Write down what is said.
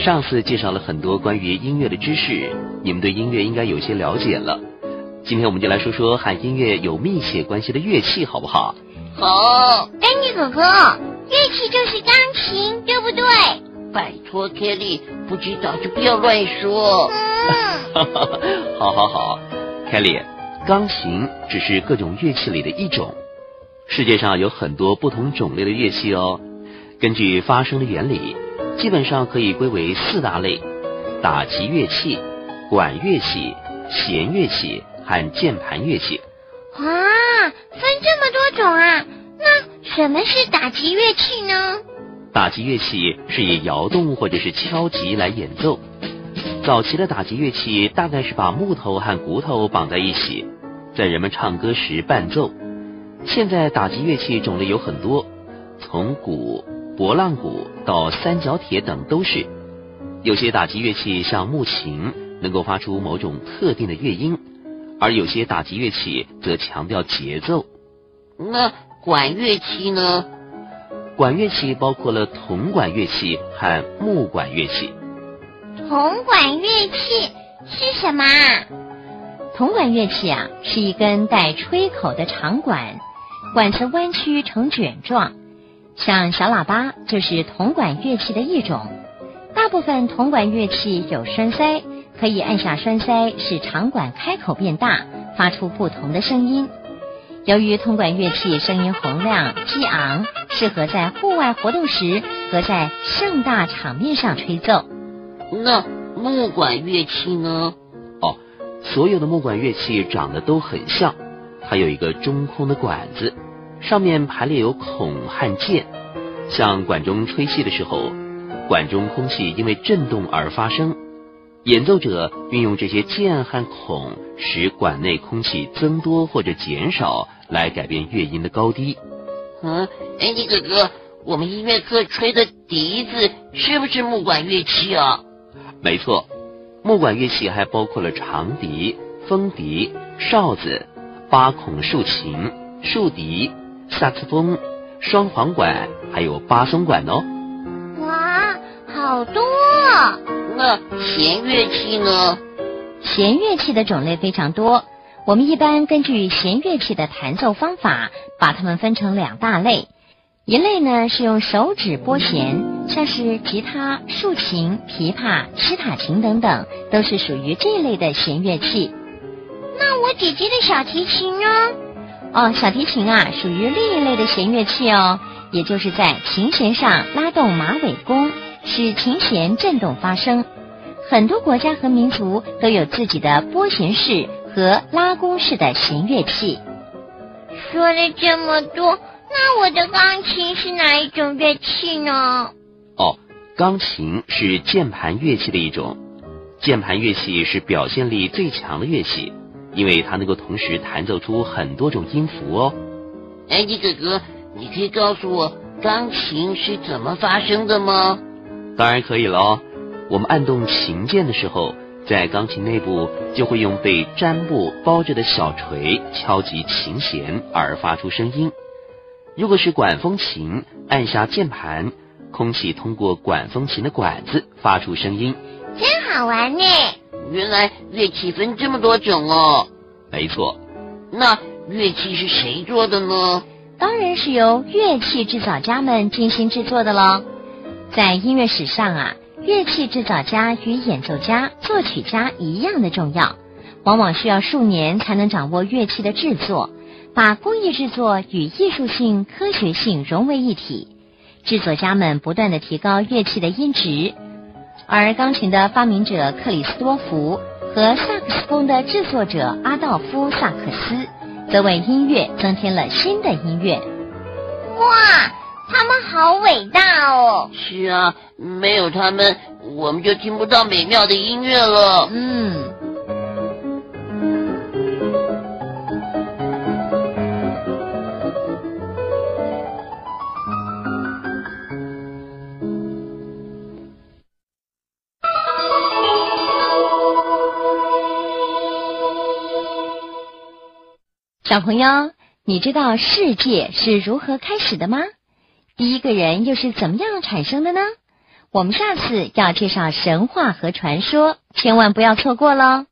上次介绍了很多关于音乐的知识，你们对音乐应该有些了解了。今天我们就来说说和音乐有密切关系的乐器，好不好？ 好。 丹尼哥哥，乐器就是钢琴，对不对？ 拜托 Kelly， 不知道就不要乱说。 好 Kelly， 钢琴只是各种乐器里的一种，世界上有很多不同种类的乐器哦。根据发声的原理，基本上可以归为4大类：打击乐器、管乐器、弦乐器和键盘乐器。 哇，分这么多种啊！那什么是打击乐器呢？ 打击乐器是以摇动或者是敲击来演奏。早期的打击乐器大概是把木头和骨头绑在一起，在人们唱歌时伴奏。现在打击乐器种类有很多，从鼓、拨浪鼓到三角铁等都是。有些打击乐器像木琴，能够发出某种特定的乐音，而有些打击乐器则强调节奏。 那管乐器呢？ 管乐器包括了铜管乐器和木管乐器。 铜管乐器是什么啊？ 铜管乐器啊，是一根带吹口的长管，管子弯曲成卷状，像小喇叭就是铜管乐器的一种。大部分铜管乐器有栓塞，可以按下栓塞，使长管开口变大，发出不同的声音。由于铜管乐器声音洪亮激昂，适合在户外活动时和在盛大场面上吹奏。 那木管乐器呢？ 所有的木管乐器长得都很像，它有一个中空的管子，上面排列有孔和键。像管中吹气的时候，管中空气因为震动而发生，演奏者运用这些键和孔，使管内空气增多或者减少，来改变乐音的高低。 你哥哥，我们音乐课吹的笛子是不是木管乐器啊？ 没错，木管乐器还包括了长笛、风笛、哨子、8孔竖琴、竖笛、萨克斯风、双簧管，还有巴松管哦。 哇，好多！ 那弦乐器呢？ 弦乐器的种类非常多，我们一般根据弦乐器的弹奏方法，把它们分成2大类。一类呢是用手指拨弦，像是吉他、竖琴、琵琶、西塔琴等等，都是属于这一类的弦乐器。 那我姐姐的小提琴呢？ 小提琴啊，属于另一类的弦乐器哦，也就是在琴弦上拉动马尾弓，使琴弦振动发声。很多国家和民族都有自己的拨弦式和拉弓式的弦乐器。 说了这么多，那我的钢琴是哪一种乐器呢？ 钢琴是键盘乐器的一种。键盘乐器是表现力最强的乐器，因为它能够同时弹奏出很多种音符哦。 你哥哥，你可以告诉我钢琴是怎么发声的吗？ 当然可以了哦。我们按动琴键的时候，在钢琴内部就会用被毡布包着的小锤敲击琴弦而发出声音。如果是管风琴，按下键盘，空气通过管风琴的管子发出声音。 真好玩呢！ 原来乐器分这么多种哦。 没错。 那乐器是谁做的呢？ 当然是由乐器制造家们精心制作的咯。在音乐史上啊，乐器制造家与演奏家、作曲家一样的重要，往往需要数年才能掌握乐器的制作，把工艺制作与艺术性、科学性融为一体。制作家们不断地提高乐器的音质，而钢琴的发明者克里斯多福和萨克斯风的制作者阿道夫·萨克斯则为音乐增添了新的音乐。 哇，他们好伟大哦！ 是啊，没有他们，我们就听不到美妙的音乐了。 小朋友，你知道世界是如何开始的吗？第一个人又是怎么样产生的呢？ 我们下次要介绍神话和传说，千万不要错过咯。